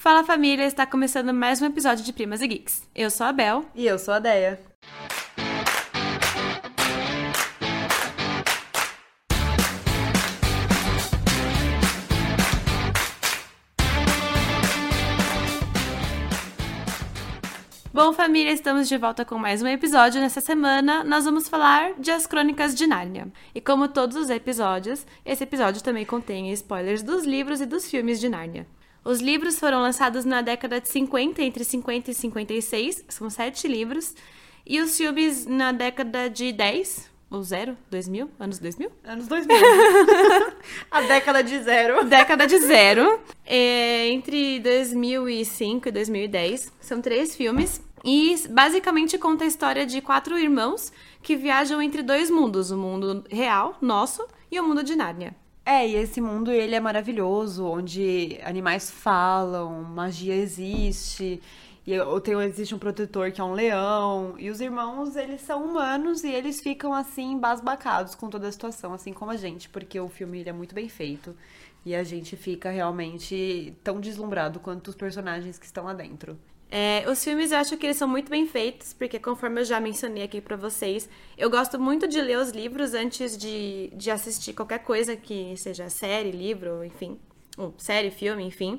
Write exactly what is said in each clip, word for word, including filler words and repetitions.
Fala família, está começando mais um episódio de Primas e Geeks. Eu sou a Bel. E eu sou a Deia. Bom família, estamos de volta com mais um episódio. Nessa semana nós vamos falar de As Crônicas de Nárnia. E como todos os episódios, esse episódio também contém spoilers dos livros e dos filmes de Nárnia. Os livros foram lançados na década de cinquenta, entre cinquenta e cinquenta e seis, são sete livros. E os filmes na década de dez, ou zero, dois mil, anos dois mil? Anos dois mil. A década de zero. Década de zero. É, entre dois mil e cinco e dois mil e dez, são três filmes. E basicamente conta a história de quatro irmãos que viajam entre dois mundos, o mundo real, nosso, e o mundo de Nárnia. É, e esse mundo, ele é maravilhoso, onde animais falam, magia existe, e tem, existe um protetor que é um leão, e os irmãos, eles são humanos e eles ficam, assim, embasbacados com toda a situação, assim como a gente, porque o filme ele é muito bem feito, e a gente fica realmente tão deslumbrado quanto os personagens que estão lá dentro. É, os filmes eu acho que eles são muito bem feitos, porque conforme eu já mencionei aqui pra vocês, eu gosto muito de ler os livros antes de, de assistir qualquer coisa que seja série, livro, enfim, ou série, filme, enfim.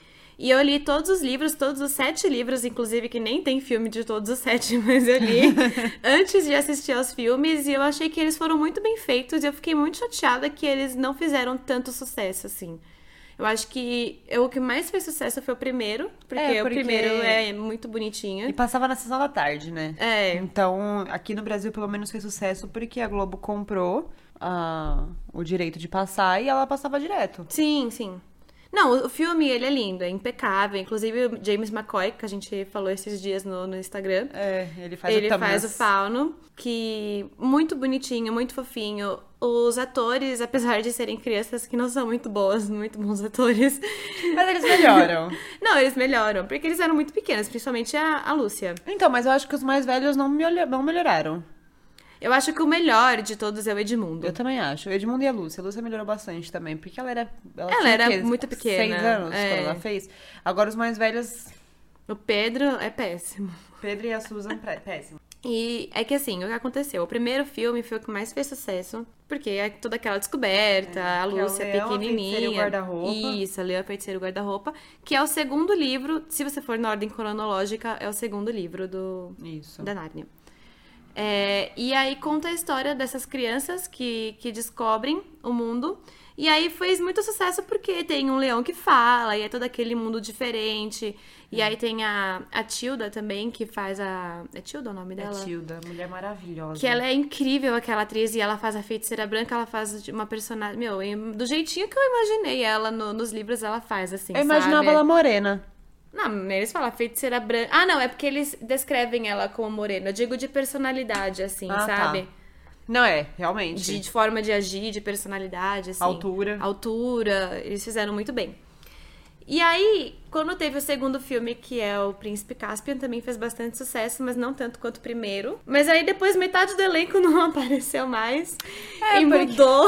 E eu li todos os livros, todos os sete livros, inclusive que nem tem filme de todos os sete, mas eu li antes de assistir aos filmes, e eu achei que eles foram muito bem feitos, e eu fiquei muito chateada que eles não fizeram tanto sucesso, assim. Eu acho que eu, o que mais fez sucesso foi o primeiro, porque, é, porque o primeiro é muito bonitinho. E passava na sessão da tarde, né? É. Então, aqui no Brasil, pelo menos, fez sucesso porque a Globo comprou uh, o direito de passar e ela passava direto. Sim, sim. Não, o filme, ele é lindo, é impecável. Inclusive, o James McAvoy, que a gente falou esses dias no, no Instagram. É, ele faz ele o Thomas. Ele faz o Fauno, que muito bonitinho, muito fofinho. Os atores, apesar de serem crianças que não são muito boas, muito bons atores. Mas eles melhoram. Não, eles melhoram, porque eles eram muito pequenos, principalmente a, a Lúcia. Então, mas eu acho que os mais velhos não, melhor, não melhoraram. Eu acho que o melhor de todos é o Edmundo. Eu também acho. O Edmundo e a Lúcia. A Lúcia melhorou bastante também, porque ela era... Ela, ela tinha, era que, muito pequena. seis anos é. quando ela fez. Agora os mais velhos... O Pedro é péssimo. Pedro e a Susan, péssimo. E é que assim, o que aconteceu? O primeiro filme foi o que mais fez sucesso, porque é toda aquela descoberta, é, a Lúcia é o Leão, pequenininha. A o guarda-roupa. Isso, a Leão, a Feiticeira e o Guarda-Roupa, que é o segundo livro, se você for na ordem cronológica, é o segundo livro do Isso. da Nárnia. É, e aí conta a história dessas crianças que, que descobrem o mundo. E aí fez muito sucesso porque tem um leão que fala, e é todo aquele mundo diferente. E aí tem a, a Tilda também, que faz a... É Tilda o nome dela? É Tilda, mulher maravilhosa. Que ela é incrível, aquela atriz, e ela faz a Feiticeira Branca, ela faz uma personagem... Meu, do jeitinho que eu imaginei ela no, nos livros, ela faz, assim, Eu imaginava sabe? ela morena. Não, eles falam Feiticeira Branca... Ah, não, é porque eles descrevem ela como morena. Eu digo de personalidade, assim, ah, sabe? Tá. Não, é, realmente. De, de forma de agir, de personalidade, assim. Altura. Altura, eles fizeram muito bem. E aí, quando teve o segundo filme, que é o Príncipe Caspian, também fez bastante sucesso, mas não tanto quanto o primeiro. Mas aí depois metade do elenco não apareceu mais. É, e porque... mudou.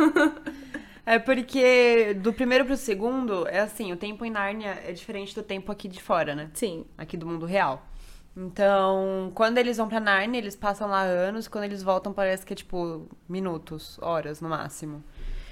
É porque do primeiro pro segundo, é assim, o tempo em Nárnia é diferente do tempo aqui de fora, né? Sim. Aqui do mundo real. Então, quando eles vão pra Nárnia, eles passam lá anos, quando eles voltam parece que é tipo minutos, horas no máximo.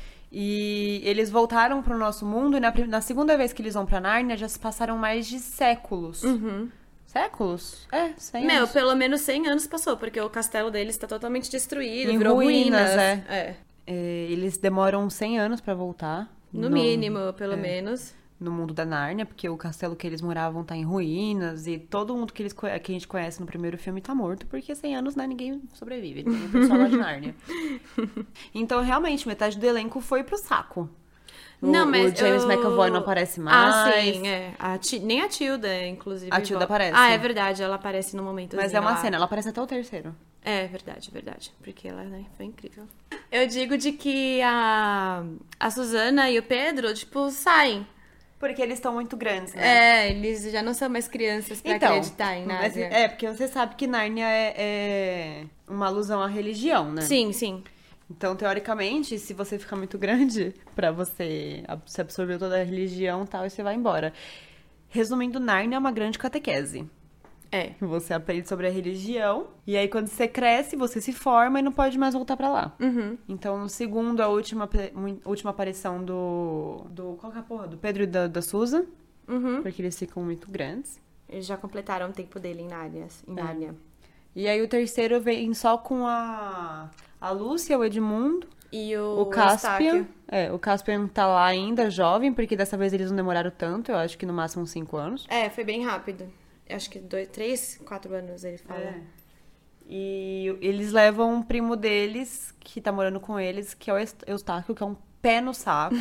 E eles voltaram pro nosso mundo e na, na segunda vez que eles vão pra Nárnia já se passaram mais de séculos. Uhum. Séculos? É, cem Meu, anos. pelo menos cem anos passou, porque o castelo deles tá totalmente destruído, em virou ruínas. ruínas. É. É. É, eles demoram cem anos pra voltar. No, no mínimo, pelo é. menos. No mundo da Nárnia, porque o castelo que eles moravam tá em ruínas e todo mundo que, eles, que a gente conhece no primeiro filme tá morto, porque cem anos, né, ninguém sobrevive, ninguém é pessoal lá de Nárnia. Então, realmente, metade do elenco foi pro saco. O, não, mas o James eu... McAvoy não aparece mais. Ah, sim, é. A ti... Nem a Tilda, inclusive. A Tilda aparece. Ah, é verdade, ela aparece no momento. Mas é uma lá. cena, ela aparece até o terceiro. É, verdade, verdade. Porque ela, né, foi incrível. Eu digo de que a, a Susana e o Pedro, tipo, saem. Porque eles estão muito grandes, né? É, eles já não são mais crianças pra então, acreditar em nada. Mas, é, porque você sabe que Nárnia é, é uma alusão à religião, né? Sim, sim. Então, teoricamente, se você ficar muito grande pra você, você absorver toda a religião e tal, e você vai embora. Resumindo, Nárnia é uma grande catequese. É. Você aprende sobre a religião, e aí quando você cresce, você se forma e não pode mais voltar pra lá. Uhum. Então, no segundo, a última, pe- mu- última aparição do... do qual que é a porra? Do Pedro e da, da Susan, Uhum. porque eles ficam muito grandes. Eles já completaram o tempo dele em Nárnia. Em Nárnia. E aí o terceiro vem só com a, a Lúcia, o Edmundo, E o, o Caspian. Eustáquio. É, o Caspian tá lá ainda, jovem, porque dessa vez eles não demoraram tanto, eu acho que no máximo uns cinco anos. É, foi bem rápido. Acho que dois, três, quatro anos ele fala. É. E eles levam um primo deles, que tá morando com eles, que é o Eust- Eustáquio, que é um pé no saco,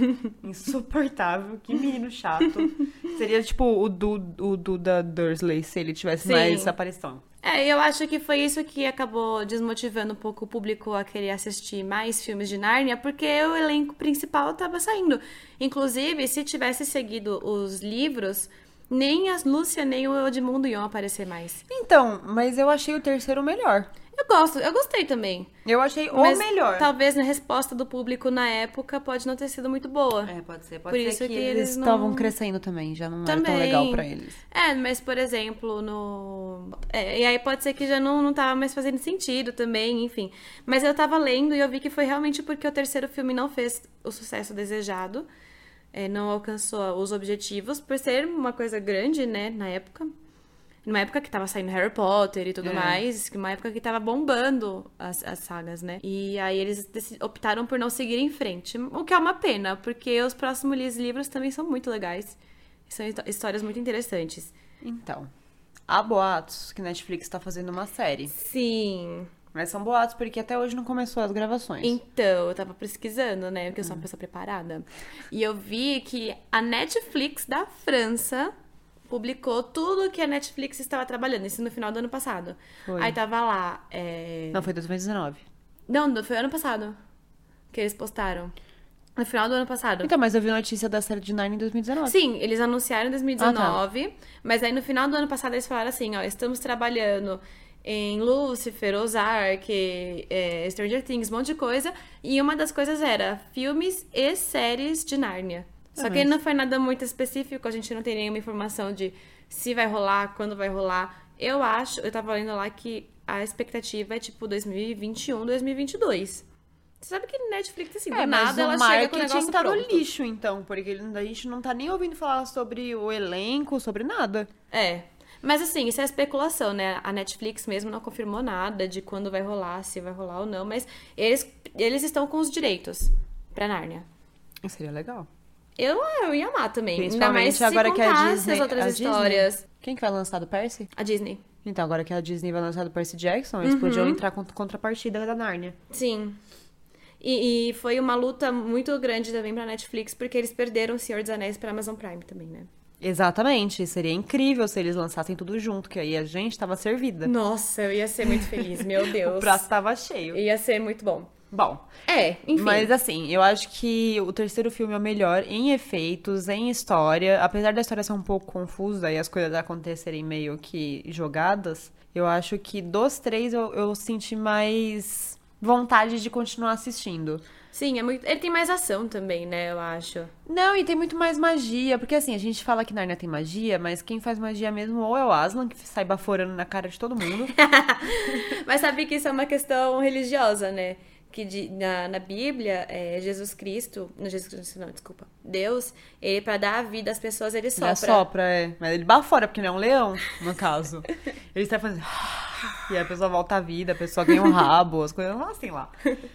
insuportável, que menino chato. Seria tipo o Du, o Du da Dursley, se ele tivesse Sim. mais aparição. É, eu acho que foi isso que acabou desmotivando um pouco o público a querer assistir mais filmes de Nárnia, porque o elenco principal tava saindo. Inclusive, se tivesse seguido os livros, nem a Lúcia nem o Edmundo iam aparecer mais. Então, mas eu achei o terceiro o melhor. Eu gosto, eu gostei também. Eu achei Mas o melhor. talvez a resposta do público na época pode não ter sido muito boa. É, pode ser. Pode Por ser isso que, que eles eles não- estavam crescendo também, já não era tão Também. legal pra eles. É, mas por exemplo, no. É, e aí pode ser que já não, não tava mais fazendo sentido também, enfim. Mas eu tava lendo e eu vi que foi realmente porque o terceiro filme não fez o sucesso desejado, é, não alcançou os objetivos, por ser uma coisa grande, né, na época. Numa época que tava saindo Harry Potter e tudo É. mais, uma época que tava bombando as, as sagas, né? E aí eles deci- optaram por não seguir em frente, o que é uma pena, porque os próximos li- livros também são muito legais. São histó- histórias muito interessantes. Então, há boatos que Netflix tá fazendo uma série. Sim. Mas são boatos porque até hoje não começou as gravações. Então, eu tava pesquisando, né? Porque eu sou uma pessoa preparada. E eu vi que a Netflix da França publicou tudo que a Netflix estava trabalhando. Isso no final do ano passado. Foi. Aí tava lá. é, Não, foi dois mil e dezenove. Não, não, foi ano passado que eles postaram. No final do ano passado. Então, mas eu vi notícia da série de Nine em dois mil e dezenove. Sim, eles anunciaram em dois mil e dezenove, Ah, tá. mas aí no final do ano passado eles falaram assim, ó, estamos trabalhando em Lucifer, Ozark, é, Stranger Things, um monte de coisa, e uma das coisas era filmes e séries de Nárnia. Só Ah, que mas- não foi nada muito específico, a gente não tem nenhuma informação de se vai rolar, quando vai rolar. Eu acho, eu tava lendo lá que a expectativa é tipo dois mil e vinte e um, dois mil e vinte e dois. Você sabe que Netflix, assim, do É, mas nada, o ela chega com o marketing negócio tá no pronto. lixo, então. Porque ele- a gente não tá nem ouvindo falar sobre o elenco, sobre nada. É. Mas assim, isso é especulação, né? A Netflix mesmo não confirmou nada de quando vai rolar, se vai rolar ou não, mas eles, eles estão com os direitos pra Nárnia. Seria legal. Eu, eu ia amar também. Ainda Principalmente mais se agora que a contasse Disney... as outras a Disney- histórias. Quem que vai lançar do Percy? A Disney. Então, agora que a Disney vai lançar do Percy Jackson, eles Uhum. podiam entrar com contrapartida da Nárnia. Sim. E, e foi uma luta muito grande também pra Netflix, porque eles perderam o Senhor dos Anéis pra Amazon Prime também, né? Exatamente. Seria incrível se eles lançassem tudo junto, que aí a gente tava servida. Nossa, eu ia ser muito feliz, meu Deus. O prato tava cheio. Ia ser muito bom. Bom, É, enfim. mas assim, eu acho que o terceiro filme é o melhor em efeitos, em história. Apesar da história ser um pouco confusa e as coisas acontecerem meio que jogadas, eu acho que dos três eu, eu senti mais vontade de continuar assistindo. Sim, é muito... ele tem mais ação também, né, eu acho. Não, e tem muito mais magia, porque assim, a gente fala que Narnia tem magia, mas quem faz magia mesmo ou é o Aslan, que sai baforando na cara de todo mundo. Mas sabe que isso é uma questão religiosa, né? Que de- na, na Bíblia, é, Jesus Cristo... Não, Jesus Cristo não, desculpa. Deus, ele pra dar a vida às pessoas, ele sopra. Ele assopra, é. Mas ele bafora, porque não é um leão, no caso. Ele está fazendo... E a pessoa volta à vida, a pessoa ganha um rabo, as coisas assim lá.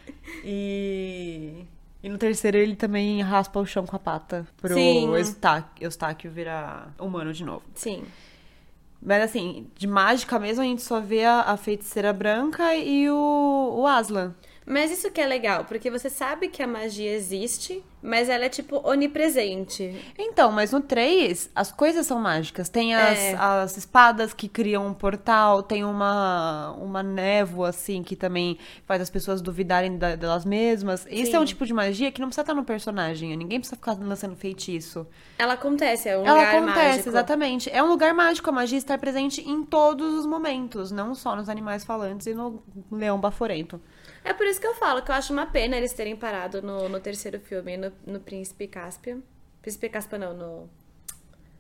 E... E no terceiro ele também raspa o chão com a pata pro Sim. Eustáquio, Eustáquio virar humano de novo. Sim. Mas assim, de mágica mesmo a gente só vê a, a feiticeira branca e o, o Aslan. Mas isso que é legal, porque você sabe que a magia existe, mas ela é, tipo, onipresente. Então, mas no três, as coisas são mágicas. Tem as, É. as espadas que criam um portal, tem uma, uma névoa, assim, que também faz as pessoas duvidarem da- delas mesmas. Isso Sim. é um tipo de magia que não precisa estar no personagem. Ninguém precisa ficar lançando feitiço. Ela acontece, é um Ela lugar acontece, mágico. exatamente. É um lugar mágico, a magia está presente em todos os momentos. Não só nos animais falantes e no leão baforento. É por isso que eu falo que eu acho uma pena eles terem parado no, no terceiro filme, no, no Príncipe Cáspia. Príncipe Cáspia não, no...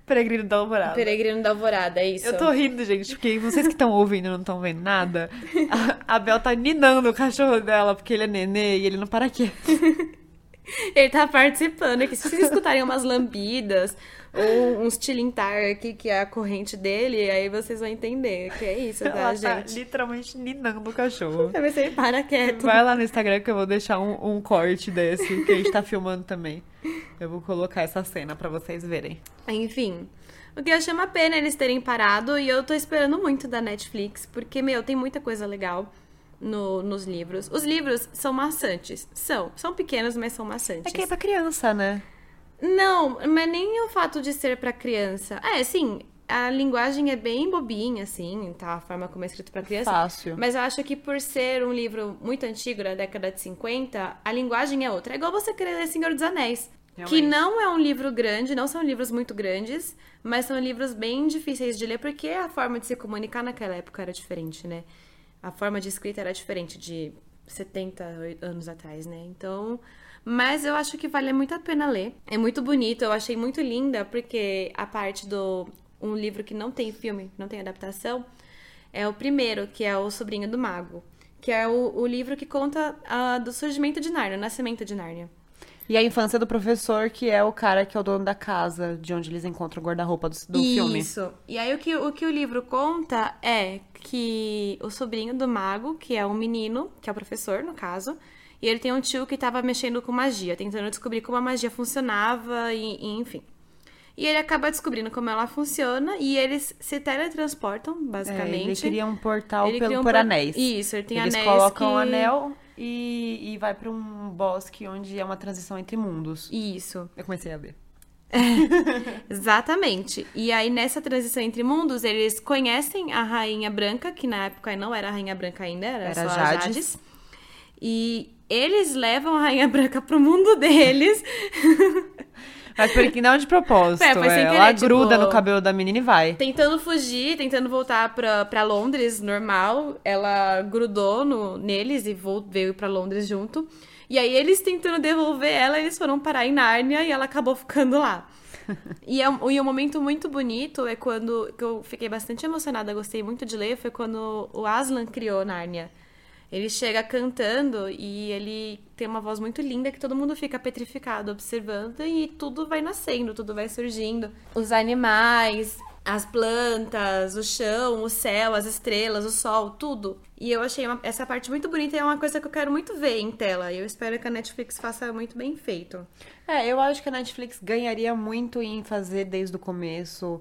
Peregrino da Alvorada. Peregrino da Alvorada, é isso. Eu tô rindo, gente, porque vocês que estão ouvindo não estão vendo nada. A, a Bel tá ninando o cachorro dela, porque ele é nenê e ele não para quieto. Ele tá participando aqui. Se vocês escutarem umas lambidas ou uns tilintar aqui, que é a corrente dele, aí vocês vão entender que é isso, tá, Ela gente? tá literalmente ninando o cachorro. Pra ver se ele para quieto. Vai lá no Instagram que eu vou deixar um, um corte desse, que a gente tá filmando também. Eu vou colocar essa cena pra vocês verem. Enfim, o que eu chamo a pena eles terem parado, e eu tô esperando muito da Netflix, porque, meu, tem muita coisa legal no, nos livros. Os livros são maçantes. São. São pequenos, mas são maçantes. É que é pra criança, né? Não, mas nem o fato de ser pra criança. É, sim, a linguagem é bem bobinha, assim, tá? A forma como é escrito pra criança. Fácil. Mas eu acho que por ser um livro muito antigo, da década de cinquenta, a linguagem é outra. É igual você querer ler Senhor dos Anéis. Realmente. Que não é um livro grande, não são livros muito grandes, mas são livros bem difíceis de ler, porque a forma de se comunicar naquela época era diferente, né? A forma de escrita era diferente de setenta anos atrás, né? Então... Mas eu acho que vale muito a pena ler. É muito bonito, eu achei muito linda, porque a parte do... Um livro que não tem filme, não tem adaptação, é o primeiro, que é O Sobrinho do Mago. Que é o, o livro que conta uh, do surgimento de Nárnia, o nascimento de Nárnia. E a infância do professor, que é o cara que é o dono da casa, de onde eles encontram o guarda-roupa do, do filme. Isso. E aí o que, o que o livro conta é que o sobrinho do mago, que é um menino, que é o professor, no caso, e ele tem um tio que estava mexendo com magia, tentando descobrir como a magia funcionava e, e enfim. E ele acaba descobrindo como ela funciona e eles se teletransportam, basicamente. É, ele cria um portal Ele pelo, cria um por por- anéis. Isso, ele tem Eles anéis colocam o que- anel e, e vai pra um bosque onde é uma transição entre mundos. Isso. Eu comecei a ler. Exatamente. E aí, nessa transição entre mundos, eles conhecem a Rainha Branca, que na época não era a Rainha Branca ainda, era, Era só a Jades. Jades. E eles levam a Rainha Branca pro mundo deles. Mas porque não de propósito. É, foi sem é, querer, ela tipo- gruda no cabelo da menina e vai. Tentando fugir, tentando voltar pra, pra Londres, normal. Ela grudou no, neles e vol- veio pra Londres junto. E aí, eles tentando devolver ela, eles foram parar em Nárnia e ela acabou ficando lá. E, é um, e um momento muito bonito é quando, que eu fiquei bastante emocionada, gostei muito de ler, foi quando o Aslan criou Nárnia. Ele chega cantando e ele tem uma voz muito linda que todo mundo fica petrificado observando e tudo vai nascendo, tudo vai surgindo. Os animais, as plantas, o chão, o céu, as estrelas, o sol, tudo. E eu achei uma- essa parte muito bonita e é uma coisa que eu quero muito ver em tela. E eu espero que a Netflix faça muito bem feito. É, eu acho que a Netflix ganharia muito em fazer desde o começo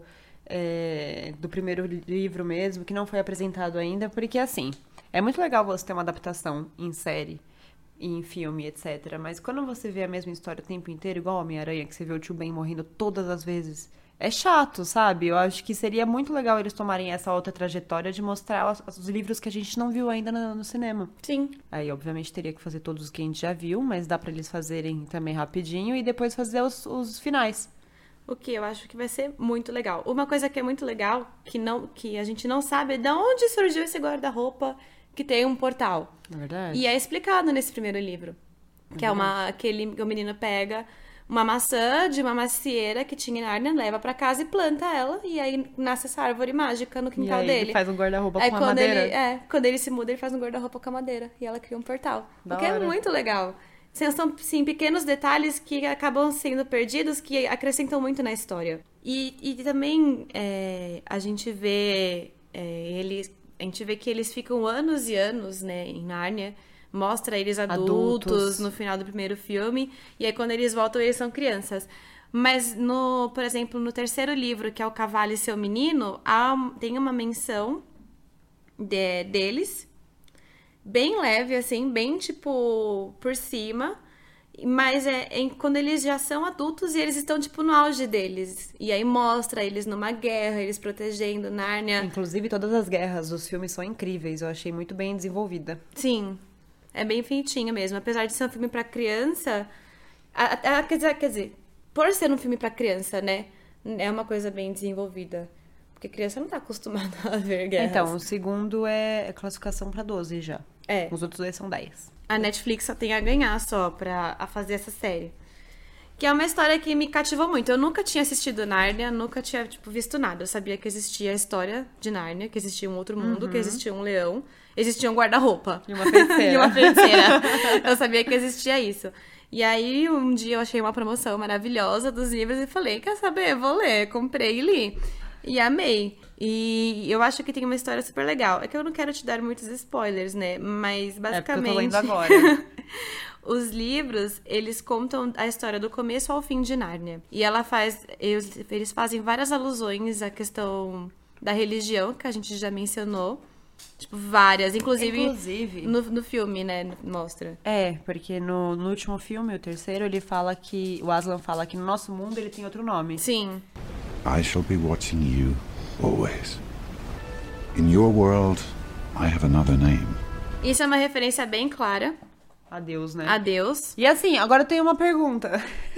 é, do primeiro livro mesmo, que não foi apresentado ainda, porque assim, é muito legal você ter uma adaptação em série, em filme, etcétera. Mas quando você vê a mesma história o tempo inteiro, igual Homem-Aranha, que você vê o tio Ben morrendo todas as vezes, é chato, sabe? Eu acho que seria muito legal eles tomarem essa outra trajetória de mostrar os, os livros que a gente não viu ainda no, no cinema. Sim. Aí, obviamente, teria que fazer todos os que a gente já viu, mas dá pra eles fazerem também rapidinho e depois fazer os, os finais. O que eu acho que vai ser muito legal. Uma coisa que é muito legal, que, não, que a gente não sabe, é de onde surgiu esse guarda-roupa que tem um portal. Na verdade? E é explicado nesse primeiro livro. Que é uma, aquele que o menino pega uma maçã de uma macieira que tinha em Nárnia, leva pra casa e planta ela. E aí nasce essa árvore mágica no E quintal aí dele. ele faz um guarda-roupa Aí com a quando madeira. ele, é, quando ele se muda, ele faz um guarda-roupa com a madeira. E ela cria um portal. Da o que é hora. muito legal. São, são, sim, pequenos detalhes que acabam sendo perdidos, que acrescentam muito na história. E, e também é, a gente vê é, eles, a gente vê que eles ficam anos e anos, né, em Nárnia. Mostra eles adultos, Adultos. no final do primeiro filme. E aí, quando eles voltam, eles são crianças. Mas, no, por exemplo, no terceiro livro, que é O Cavalo e Seu Menino, há, tem uma menção de- deles, bem leve, assim, bem, tipo, por cima. Mas é, é quando eles já são adultos e eles estão, tipo, no auge deles. E aí mostra eles numa guerra, eles protegendo Nárnia. Inclusive, todas as guerras dos filmes são incríveis. Eu achei muito bem desenvolvida. Sim, é bem feitinho mesmo. Apesar de ser um filme pra criança, a- a- quer dizer, quer dizer, por ser um filme pra criança, né, é uma coisa bem desenvolvida. Porque criança não tá acostumada a ver guerras. Então, o segundo é classificação pra doze já. É. Os outros dois são dez. A Netflix só tem a ganhar só pra a fazer essa série. O Que é uma história que me cativou muito. Eu nunca tinha assistido Nárnia, nunca tinha, tipo, visto nada. Eu sabia que existia a história de Nárnia, que existia um outro mundo, uhum. que existia um leão, existia um guarda-roupa. E uma feiticeira. E uma feiticeira. Eu sabia que existia isso. E aí, um dia eu achei uma promoção maravilhosa dos livros e falei, quer saber? Vou ler. Comprei e li. E amei. E eu acho que tem uma história super legal. É que eu não quero te dar muitos spoilers, né? Mas, basicamente... É porque eu tô lendo agora. Os livros, eles contam a história do começo ao fim de Nárnia. E ela faz... Eles, eles fazem várias alusões à questão da religião, que a gente já mencionou. Tipo, várias. Inclusive, Inclusive. No, no filme, né? Mostra. É, porque no, no último filme, o terceiro, ele fala que... O Aslan fala que no nosso mundo ele tem outro nome. Sim. I shall be watching you always. In your world, I have another name. Isso é uma referência bem clara. Adeus, né? Adeus. E assim, agora eu tenho uma pergunta.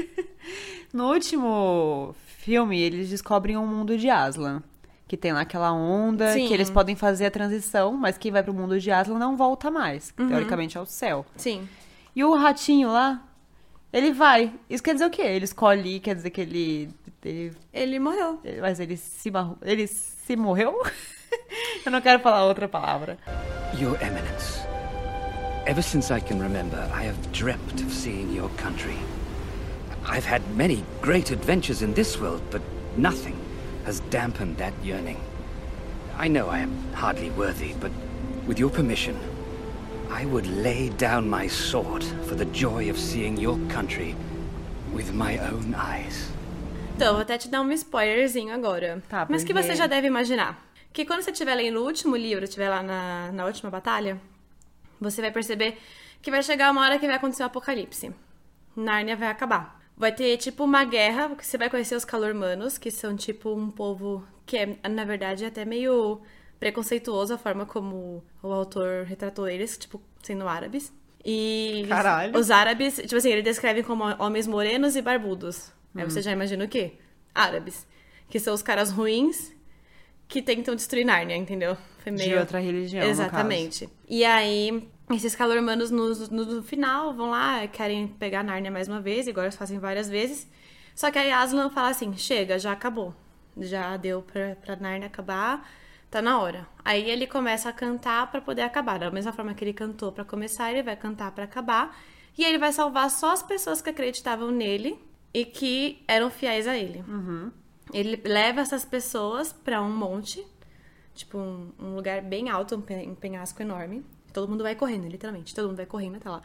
No último filme, eles descobrem um mundo de Aslan. Que tem lá aquela onda, Sim. que eles podem fazer a transição, mas quem vai pro mundo de Aslan não volta mais. Uhum. Teoricamente é o céu. Sim. E o ratinho lá, ele vai. Isso quer dizer o quê? Ele escolhe, quer dizer que ele... Ele, Ele morreu. mas ele se, marro- ele se morreu? Eu não quero falar outra palavra. Your Eminence, ever since I can remember, I have dreamt of seeing your country. I've had many great adventures in this world, but nothing has dampened that yearning. I know I am hardly worthy, but with your permission, I would lay down my sword for the joy of seeing your country with my own eyes. Então, vou até te dar um spoilerzinho agora. Tá, Mas que porque- você já deve imaginar. Que quando você estiver lendo o último livro, estiver lá na, na última batalha, você vai perceber que vai chegar uma hora que vai acontecer o apocalipse. Nárnia vai acabar. Vai ter, tipo, uma guerra, que você vai conhecer os Calormanos, que são, tipo, um povo que é, na verdade, até meio preconceituoso a forma como o autor retratou eles, tipo, sendo árabes. E Caralho. os árabes, tipo assim, ele descreve como homens morenos e barbudos. Aí você já imagina o quê? Árabes. Que são os caras ruins que tentam destruir Nárnia, entendeu? Foi De outra religião, no Exatamente. E aí, esses calormanos no, no, no final vão lá, querem pegar Nárnia mais uma vez, igual eles fazem várias vezes. Só que aí Aslan fala assim, chega, já acabou. Já deu pra, pra Nárnia acabar, tá na hora. Aí ele começa a cantar pra poder acabar. Da mesma forma que ele cantou pra começar, ele vai cantar pra acabar. E aí ele vai salvar só as pessoas que acreditavam nele e que eram fiéis a ele. Uhum. Ele leva essas pessoas pra um monte, tipo um, um lugar bem alto, um pe- um penhasco enorme. Todo mundo vai correndo, literalmente. Todo mundo vai correndo até lá.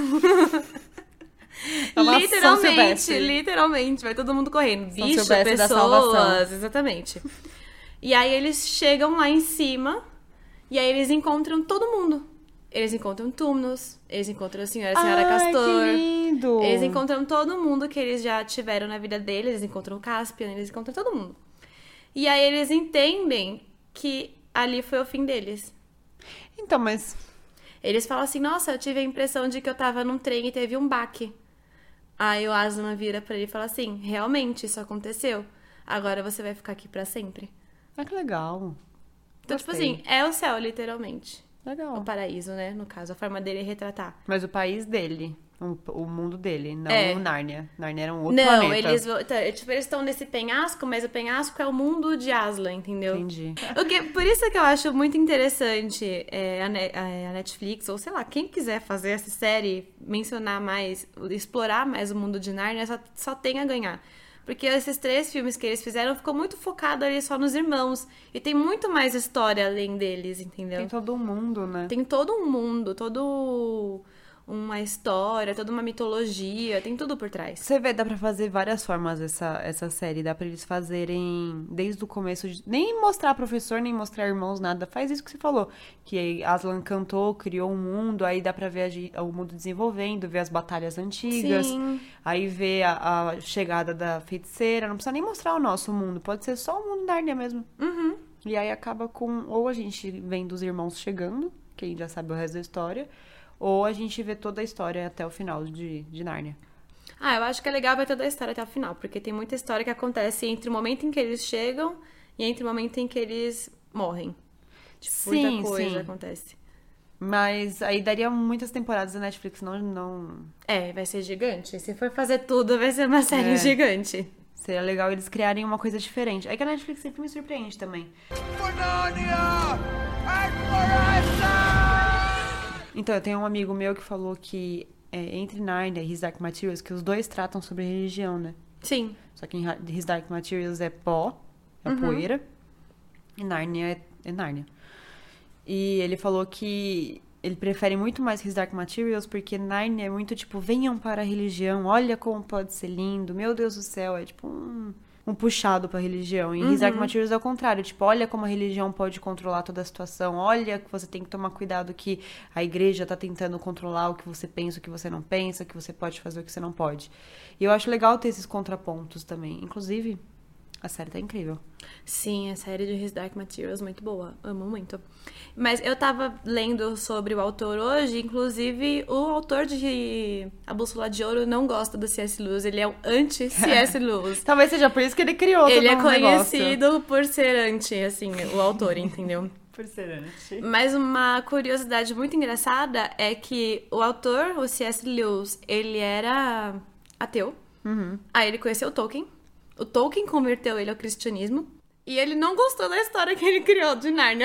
É uma São literalmente, Silvestre. literalmente. Vai todo mundo correndo. São Bicho, Silvestre da pessoas. salvação. Exatamente. E aí eles chegam lá em cima e aí eles encontram todo mundo. Eles encontram túmulos, eles encontram a senhora, a senhora Ai, Castor. que lindo! Eles encontram todo mundo que eles já tiveram na vida deles, eles encontram o Caspian, eles encontram todo mundo. E aí eles entendem que ali foi o fim deles. Então, mas... Eles falam assim, nossa, eu tive a impressão de que eu tava num trem e teve um baque. Aí o Aslan vira pra ele e fala assim, realmente, isso aconteceu. Agora você vai ficar aqui pra sempre. Ah, que legal. Então, tipo Gostei. assim, é o céu, literalmente. Legal. O paraíso, né? No caso, a forma dele é retratar. Mas o país dele, o, o mundo dele, não É. o Nárnia. Nárnia era um outro Não, planeta. eles, vo- tá, tipo, eles estão nesse penhasco, mas o penhasco é o mundo de Aslan, entendeu? Entendi. O que, por isso que eu acho muito interessante é, a, Ne- a Netflix, ou sei lá, quem quiser fazer essa série, mencionar mais, explorar mais o mundo de Nárnia, só, só tem a ganhar. Porque esses três filmes que eles fizeram ficou muito focado ali só nos irmãos. E tem muito mais história além deles, entendeu? Tem todo mundo, né? Tem todo um mundo, todo uma história, toda uma mitologia, tem tudo por trás. Você vê, dá pra fazer várias formas essa, essa série. Dá pra eles fazerem desde o começo. De... Nem mostrar professor, nem mostrar irmãos, nada. Faz isso que você falou. Que Aslan cantou, criou um mundo. Aí dá pra ver a gi- o mundo desenvolvendo, ver as batalhas antigas. Sim. Aí ver a, a chegada da feiticeira. Não precisa nem mostrar o nosso mundo. Pode ser só o mundo da Nárnia mesmo. Uhum. E aí acaba com... Ou a gente vendo os irmãos chegando, quem já sabe o resto da história... Ou a gente vê toda a história até o final de, de Nárnia. Ah, eu acho que é legal ver toda a história até o final, porque tem muita história que acontece entre o momento em que eles chegam e entre o momento em que eles morrem. Tipo, Sim, muita coisa sim. acontece. Mas aí daria muitas temporadas da Netflix, não... não... É, vai ser gigante. Se for fazer tudo, vai ser uma série É. gigante. Seria legal eles criarem uma coisa diferente. É que a Netflix sempre me surpreende também. Então, eu tenho um amigo meu que falou que é, entre Narnia e His Dark Materials, que os dois tratam sobre religião, né? Sim. Só que em His Dark Materials é pó, é uhum. poeira, e Narnia é, é Narnia. E ele falou que ele prefere muito mais His Dark Materials porque Narnia é muito tipo, venham para a religião, olha como pode ser lindo, meu Deus do céu, é tipo um, um puxado pra religião. E uhum. His Dark Materials é o contrário, tipo, olha como a religião pode controlar toda a situação, olha que você tem que tomar cuidado que a igreja tá tentando controlar o que você pensa, o que você não pensa, o que você pode fazer, o que você não pode. E eu acho legal ter esses contrapontos também. Inclusive, a série tá incrível. Sim, a série de His Dark Materials muito boa. Amo muito. Mas eu tava lendo sobre o autor hoje, inclusive o autor de A Bússola de Ouro não gosta do C S. Lewis, ele é o anti-C S. Lewis. Talvez seja por isso que ele criou todo Ele é um conhecido negócio. por ser anti, assim, o autor, entendeu? Por ser anti. Mas uma curiosidade muito engraçada é que o autor, o C S. Lewis, ele era ateu. Uhum. Aí ele conheceu o Tolkien. O Tolkien converteu ele ao cristianismo. E ele não gostou da história que ele criou de Nárnia.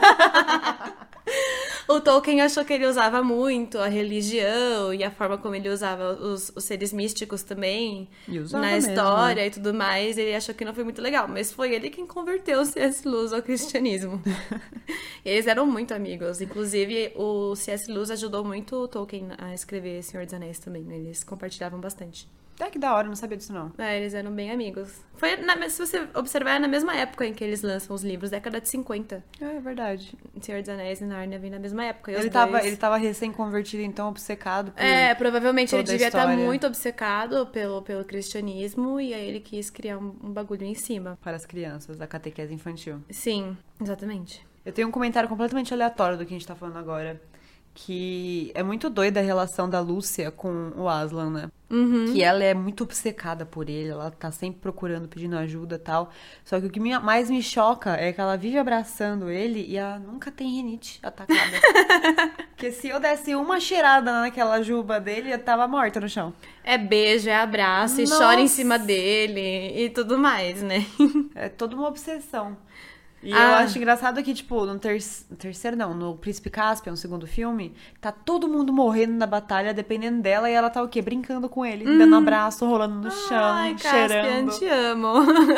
O Tolkien achou que ele usava muito a religião e a forma como ele usava os, os seres místicos também na história mesmo, né? E tudo mais. Ele achou que não foi muito legal. Mas foi ele quem converteu o C S. Lewis ao cristianismo. Eles eram muito amigos. Inclusive, o C S. Lewis ajudou muito o Tolkien a escrever Senhor dos Anéis também. Eles compartilhavam bastante. É que da hora, não sabia disso não. É, eles eram bem amigos. Foi, na, se você observar, é na mesma época em que eles lançam os livros, década de cinquenta. É, é verdade. Senhor dos Anéis e Nárnia vem na mesma época. E ele, os tava, dois... ele tava recém-convertido, então, obcecado por É, provavelmente ele devia estar muito obcecado pelo, pelo cristianismo e aí ele quis criar um, um bagulho em cima. Para as crianças, da catequese infantil. Sim, exatamente. Eu tenho um comentário completamente aleatório do que a gente tá falando agora. Que é muito doida a relação da Lúcia com o Aslan, né? Uhum. Que ela é muito obcecada por ele, ela tá sempre procurando, pedindo ajuda e tal. Só que o que mais me choca é que ela vive abraçando ele e ela nunca tem rinite atacada. Porque se eu desse uma cheirada naquela juba dele, eu tava morta no chão. É beijo, é abraço, e chora em cima dele e tudo mais, né? É toda uma obsessão. E ah. eu acho engraçado que, tipo, no ter- terceiro, não, no Príncipe Caspian, no segundo filme, tá todo mundo morrendo na batalha, dependendo dela, e ela tá o quê? Brincando com ele, hum. dando um abraço, rolando no chão, Ai, cheirando. Caspian, te amo.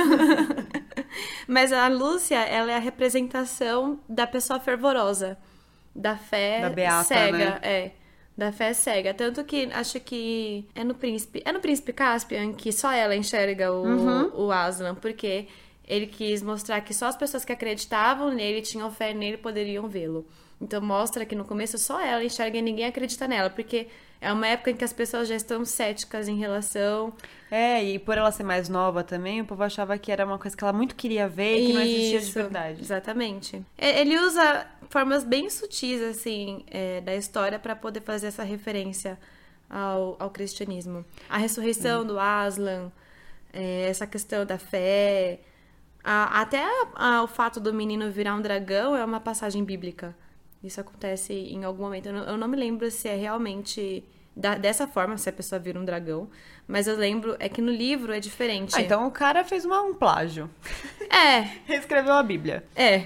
Mas a Lúcia, ela é a representação da pessoa fervorosa, da fé da beata, cega, né? é. Da fé cega. Tanto que acho que é no Príncipe. É no Príncipe Caspian que só ela enxerga o, uhum. o Aslan, porque ele quis mostrar que só as pessoas que acreditavam nele, tinham fé nele, poderiam vê-lo. Então mostra que no começo só ela enxerga e ninguém acredita nela, porque é uma época em que as pessoas já estão céticas em relação... É, e por ela ser mais nova também, o povo achava que era uma coisa que ela muito queria ver e que não existia de verdade. Exatamente. Ele usa formas bem sutis, assim, é, da história para poder fazer essa referência ao, ao cristianismo. A ressurreição hum. do Aslan, é, essa questão da fé... A, até a, a, o fato do menino virar um dragão é uma passagem bíblica. Isso acontece em algum momento. Eu não, eu não me lembro se é realmente da, dessa forma, se a pessoa vira um dragão. Mas eu lembro, é que no livro é diferente. Ah, então o cara fez uma, um plágio. É. Reescreveu a Bíblia. É.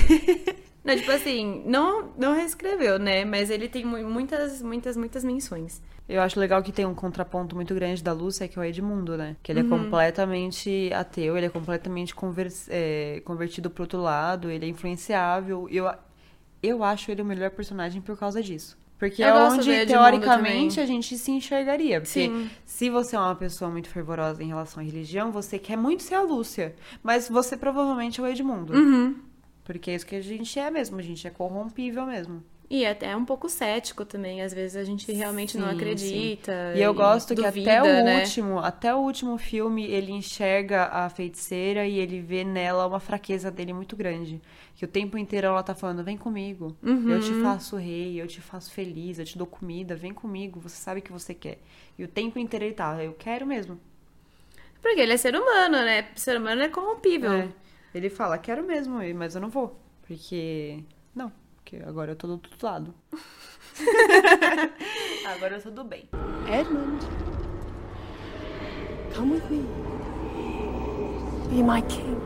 Não, tipo assim, não, não reescreveu, né? Mas ele tem muitas, muitas, muitas menções. Eu acho legal que tem um contraponto muito grande da Lúcia, que é o Edmundo, né? Que ele uhum. é completamente ateu, ele é completamente conver- é, convertido pro outro lado, ele é influenciável. Eu, eu acho ele o melhor personagem por causa disso. Porque eu é onde, teoricamente, também. a gente se enxergaria. Porque Sim. se você é uma pessoa muito fervorosa em relação à religião, você quer muito ser a Lúcia. Mas você provavelmente é o Edmundo. Uhum. Porque é isso que a gente é mesmo, a gente é corrompível mesmo. E até um pouco cético também, às vezes a gente realmente sim, não acredita. Sim. E eu gosto duvida, que até o né? último, até o último filme, ele enxerga a feiticeira e ele vê nela uma fraqueza dele muito grande. Que o tempo inteiro ela tá falando, vem comigo, uhum. eu te faço rei, eu te faço feliz, eu te dou comida, vem comigo, você sabe o que você quer. E o tempo inteiro ele tá, eu quero mesmo. Porque ele é ser humano, né? O ser humano é corrompível. É. Ele fala, quero mesmo, mas eu não vou. Porque, não. Porque agora eu tô do outro lado. Agora eu sou do bem. Edmund, come with me. Be my king.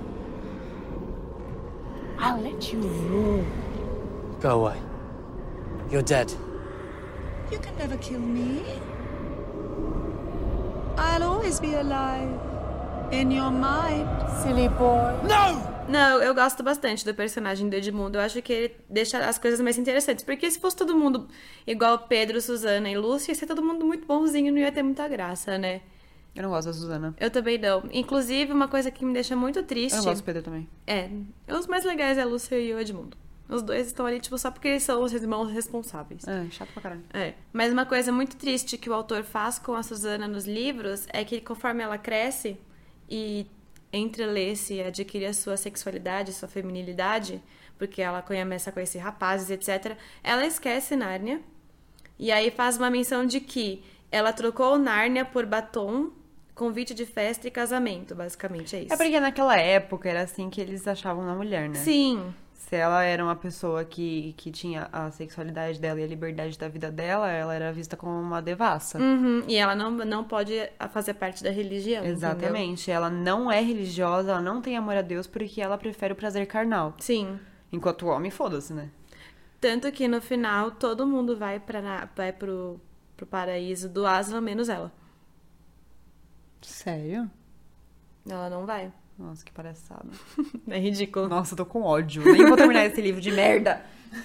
I'll let you rule. Go away. You're dead. You can never kill me. I'll always be alive. In your mind. Silly boy. No! Não, eu gosto bastante do personagem do Edmundo. Eu acho que ele deixa as coisas mais interessantes. Porque se fosse todo mundo igual Pedro, Susana e Lúcia, ia ser todo mundo muito bonzinho, não ia ter muita graça, né? Eu não gosto da Susana. Eu também não. Inclusive, uma coisa que me deixa muito triste... Eu não gosto do Pedro também. É, os mais legais é a Lúcia e o Edmundo. Os dois estão ali, tipo, só porque eles são os irmãos responsáveis. É, chato pra caralho. É. Mas uma coisa muito triste que o autor faz com a Susana nos livros é que conforme ela cresce e entrelê-se e adquire a sua sexualidade, sua feminilidade, porque ela começa a conhecer rapazes, etcétera, ela esquece Nárnia. E aí faz uma menção de que ela trocou Nárnia por batom, convite de festa e casamento, basicamente, é isso. É porque naquela época era assim que eles achavam na mulher, né? Sim. Se ela era uma pessoa que, que tinha a sexualidade dela e a liberdade da vida dela, ela era vista como uma devassa. Uhum. E ela não, não pode fazer parte da religião, Exatamente. entendeu? Ela não é religiosa, ela não tem amor a Deus porque ela prefere o prazer carnal. Sim. Enquanto o homem, foda-se, né? Tanto que no final todo mundo vai, pra, vai pro, pro paraíso do Aslan, menos ela. Sério? Ela não vai. Nossa, que palhaçada. É ridículo. Nossa, eu tô com ódio. Nem vou terminar esse livro de merda.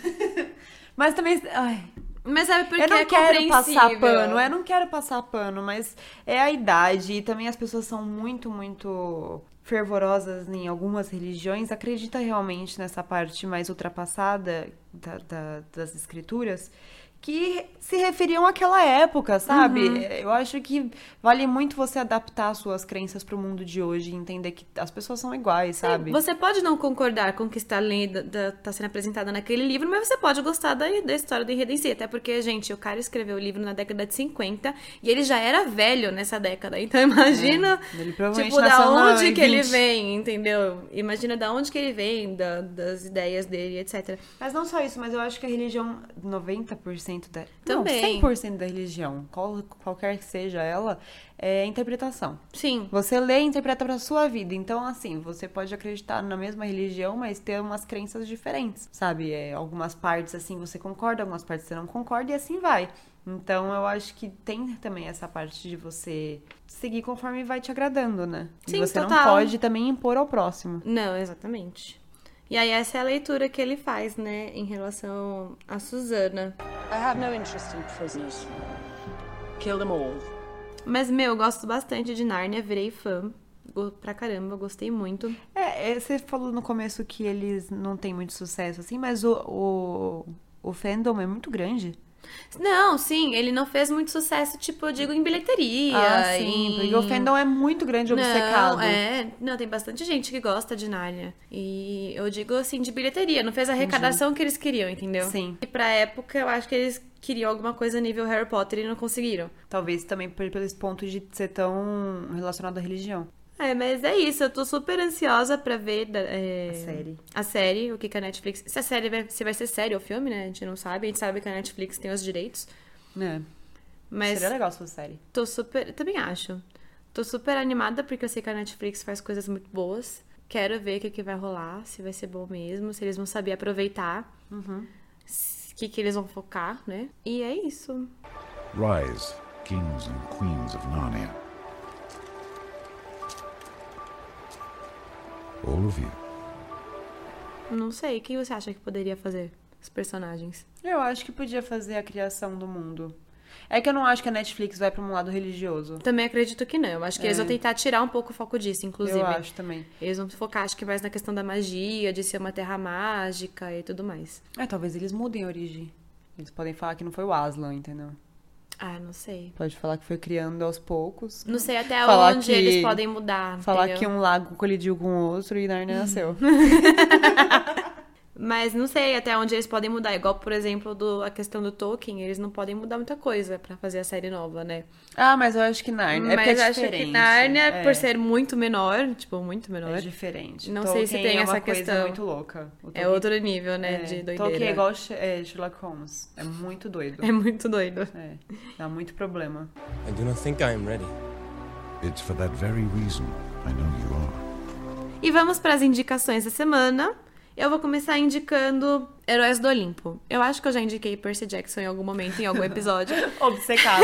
Mas também... Ai. Mas é porque eu não é quero passar compreensível. pano, eu não quero passar pano, mas é a idade e também as pessoas são muito, muito fervorosas em algumas religiões. Acredita realmente nessa parte mais ultrapassada da, da, das escrituras que se referiam àquela época, sabe? Uhum. Eu acho que vale muito você adaptar as suas crenças pro mundo de hoje e entender que as pessoas são iguais, sabe? Você pode não concordar com o que está, lendo, da, tá sendo apresentado naquele livro, mas você pode gostar da, da história do Enredo em si. Até porque, gente, o cara escreveu o livro na década de cinquenta e ele já era velho nessa década. Então imagina, É, ele provavelmente tipo, da nasceu na- onde em que ele vinte. vem, entendeu? Imagina da onde que ele vem, da, das ideias dele, etcétera. Mas não só isso, mas eu acho que a religião, noventa por cento da... Também. Não, cem por cento da religião, qual, qualquer que seja ela, é interpretação. Sim. Você lê e interpreta pra sua vida. Então, assim, você pode acreditar na mesma religião, mas ter umas crenças diferentes, sabe? É, algumas partes, assim, você concorda, algumas partes você não concorda e assim vai. Então, eu acho que tem também essa parte de você seguir conforme vai te agradando, né? Sim, e você total. não pode também impor ao próximo. Não, exatamente. E aí essa é a leitura que ele faz, né, em relação a Susana. I have no interest in prisoners. Kill them all. Mas, meu, eu gosto bastante de Nárnia, virei fã. Go- Pra caramba, gostei muito. É, é, você falou no começo que eles não têm muito sucesso, assim, mas o, o, o fandom é muito grande. Não, sim, ele não fez muito sucesso, tipo, eu digo, em bilheteria. Ah, sim, em... porque o fandom é muito grande, obcecado. Não, é, não, tem bastante gente que gosta de Nárnia. E eu digo, assim, de bilheteria, não fez a arrecadação que eles queriam, entendeu? Sim. E pra época, eu acho que eles queriam alguma coisa nível Harry Potter e não conseguiram. Talvez também por- pelos pontos de ser tão relacionado à religião. É, mas é isso, eu tô super ansiosa pra ver da- é, A série. a série, o que que a Netflix... Se a série vai, se vai ser série ou filme, né? A gente não sabe. A gente sabe que a Netflix tem os direitos. É. Mas Seria legal se fosse série. tô super... Também acho. Tô super animada porque eu sei que a Netflix faz coisas muito boas. Quero ver o que que vai rolar, se vai ser bom mesmo, se eles vão saber aproveitar. O que que eles vão focar, né? E é isso. Rise, kings and queens of Narnia. All of you. Não sei, quem você acha que poderia fazer os personagens? Eu acho que podia fazer a criação do mundo. É que eu não acho que a Netflix vai pra um lado religioso. Também acredito que não. Eu acho que eles vão tentar tirar um pouco o foco disso, inclusive. Eu acho também. Eles vão focar, acho que mais na questão da magia, de ser uma terra mágica e tudo mais. É, talvez eles mudem a origem. Eles podem falar que não foi o Aslan, entendeu? Ah, não sei. Pode falar que foi criando aos poucos. Não sei até Falar onde que- eles podem mudar, Falar entendeu? que um lago colidiu com o outro e Narnia nasceu. Mas não sei até onde eles podem mudar. Igual, por exemplo, do, a questão do Tolkien, eles não podem mudar muita coisa pra fazer a série nova, né? Ah, mas eu acho que Narnia é porque Mas é acho diferente. que Narnia, é. por ser muito menor, tipo, muito menor, É diferente. não Tolkien sei se tem é essa uma coisa questão. muito louca. O É Tolkien- outro nível, né, é, de doideira. Tolkien é igual é, Sherlock Holmes. É muito doido. É muito doido. É, dá muito problema. I do not think I am ready. It's for that very reason I know you are. E vamos para as indicações da semana. Eu vou começar indicando Heróis do Olimpo. Eu acho que eu já indiquei Percy Jackson em algum momento, em algum episódio. Obcecada.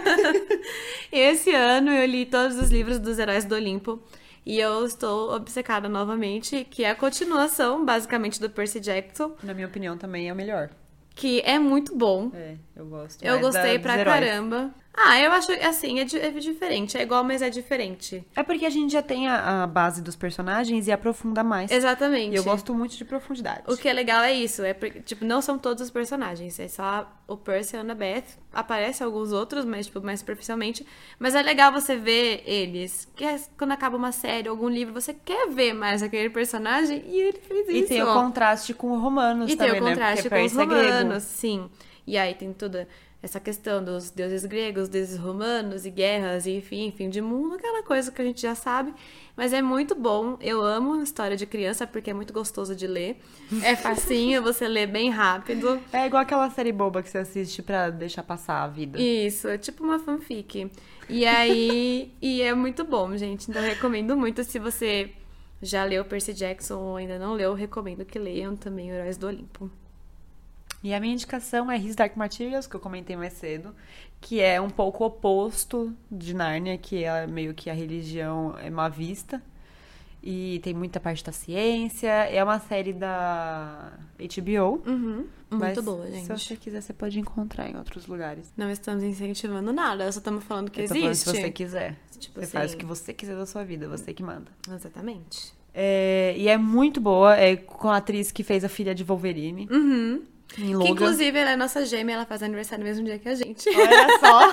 Esse ano eu li todos os livros dos Heróis do Olimpo. E eu estou obcecada novamente, que é a continuação, basicamente, do Percy Jackson. Na minha opinião, também é o melhor. Que é muito bom. É, eu gosto. Eu mais gostei da, pra dos heróis. caramba. Ah, eu acho, assim, é, di- é diferente. É igual, mas é diferente. É porque a gente já tem a, a base dos personagens e aprofunda mais. Exatamente. E eu gosto muito de profundidade. O que é legal é isso, é porque, tipo, não são todos os personagens, é só o Percy e a Annabeth, aparecem alguns outros, mas, tipo, mais superficialmente, mas é legal você ver eles, que é, quando acaba uma série, algum livro, você quer ver mais aquele personagem, e ele fez E isso. tem o contraste com o Romanos E também, tem o contraste né? Porque com os Percy é grego. romanos, sim. E aí tem toda essa questão dos deuses gregos, deuses romanos e guerras, e enfim, fim de mundo, aquela coisa que a gente já sabe. Mas é muito bom, eu amo história de criança porque é muito gostoso de ler. É facinho, você lê bem rápido. É igual aquela série boba que você assiste pra deixar passar a vida. Isso, é tipo uma fanfic. E aí, e é muito bom, gente. Então eu recomendo muito. Se você já leu Percy Jackson ou ainda não leu, eu recomendo que leiam também Heróis do Olimpo. E a minha indicação é His Dark Materials, que eu comentei mais cedo, que é um pouco oposto de Nárnia, que é meio que a religião é má vista. E tem muita parte da ciência. É uma série da H B O. Uhum, muito mas boa, gente. Se você quiser, você pode encontrar em outros lugares. Não estamos incentivando nada, só estamos falando que Eu tô existe. falando se você quiser. Tipo Você assim, faz o que você quiser da sua vida, você que manda. Exatamente. É, e é muito boa, é com a atriz que fez a filha de Wolverine. Uhum. Em Que Logan. inclusive ela é nossa gêmea, ela faz aniversário no mesmo dia que a gente. Olha só.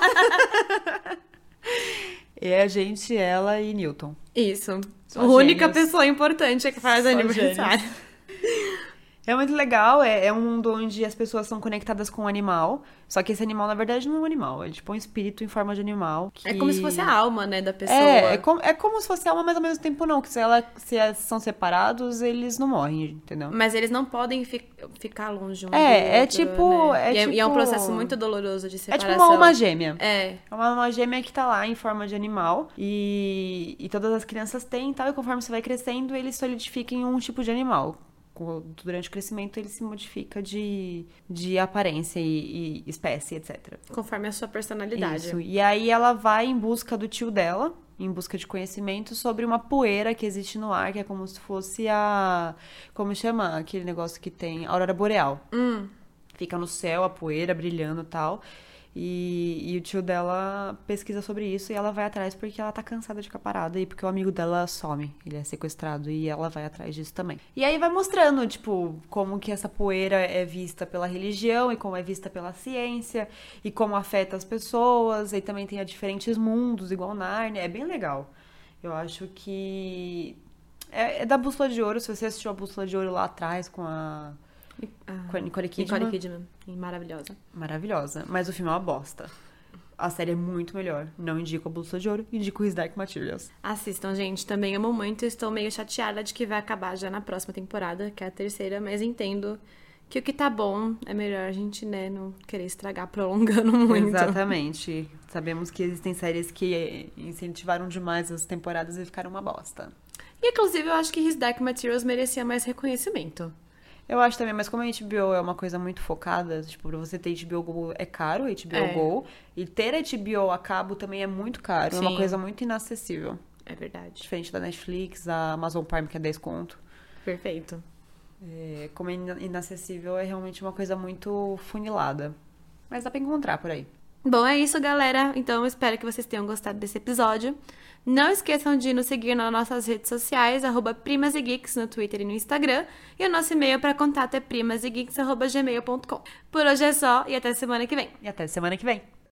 E é a gente, ela e Newton. Isso. Só a única gêmeos. pessoa importante é que faz Só aniversário. É muito legal, é, é um mundo onde as pessoas são conectadas com um animal. Só que esse animal, na verdade, não é um animal. Ele é tipo um espírito em forma de animal. que- É como se fosse a alma, né, da pessoa. É, é como, é como se fosse alma, mas ao mesmo tempo não. Que se, ela, se elas são separados, eles não morrem, entendeu? Mas eles não podem fi- ficar longe um do É, é outro, tipo- né? é e, é, e é um tipo- processo muito doloroso de É separação. tipo uma alma gêmea. É. É uma alma gêmea que tá lá em forma de animal. E, e todas as crianças têm e tal. E conforme você vai crescendo, ele solidifica em um tipo de animal. Com- Durante o crescimento, ele se modifica de, de aparência e, e espécie, etcétera. Conforme a sua personalidade. Isso. E aí ela vai em busca do tio dela, em busca de conhecimento sobre uma poeira que existe no ar, que é como se fosse a... Como chama aquele negócio que tem? Aurora boreal. Hum. Fica no céu, a poeira brilhando e tal. E, e o tio dela pesquisa sobre isso e ela vai atrás porque ela tá cansada de ficar parada e porque o amigo dela some, ele é sequestrado e ela vai atrás disso também. E aí vai mostrando, tipo, como que essa poeira é vista pela religião e como é vista pela ciência e como afeta as pessoas. E também tem a diferentes mundos, igual Nárnia, é bem legal. Eu acho que é, é da Bússola de Ouro, se você assistiu a Bússola de Ouro lá atrás com a... Ah, Com a Nicole Kidman. Nicole Kidman. Maravilhosa. Maravilhosa. Mas o filme é uma bosta. A série é muito melhor. Não indico a Bússola de Ouro, indico His Dark Materials. Assistam, gente. Também amo muito. Estou meio chateada de que vai acabar já na próxima temporada, que é a terceira, mas entendo que o que tá bom é melhor a gente, né, não querer estragar prolongando muito. Exatamente. Sabemos que existem séries que incentivaram demais as temporadas e ficaram uma bosta. E, inclusive, eu acho que His Dark Materials merecia mais reconhecimento. Eu acho também, mas como a H B O é uma coisa muito focada, tipo, pra você ter H B O Go é caro, H B O É. Go, e ter H B O a cabo também é muito caro, é uma Sim. coisa muito inacessível. É verdade. Diferente da Netflix, a Amazon Prime, que é dez conto. Perfeito. É, como é ina- inacessível, é realmente uma coisa muito funilada. Mas dá pra encontrar por aí. Bom, é isso, galera. Então, eu espero que vocês tenham gostado desse episódio. Não esqueçam de nos seguir nas nossas redes sociais, arroba Primas e Geeks, no Twitter e no Instagram. E o nosso e-mail para contato é primasegeeks arroba gmail ponto com. Por hoje é só e até semana que vem. E até semana que vem.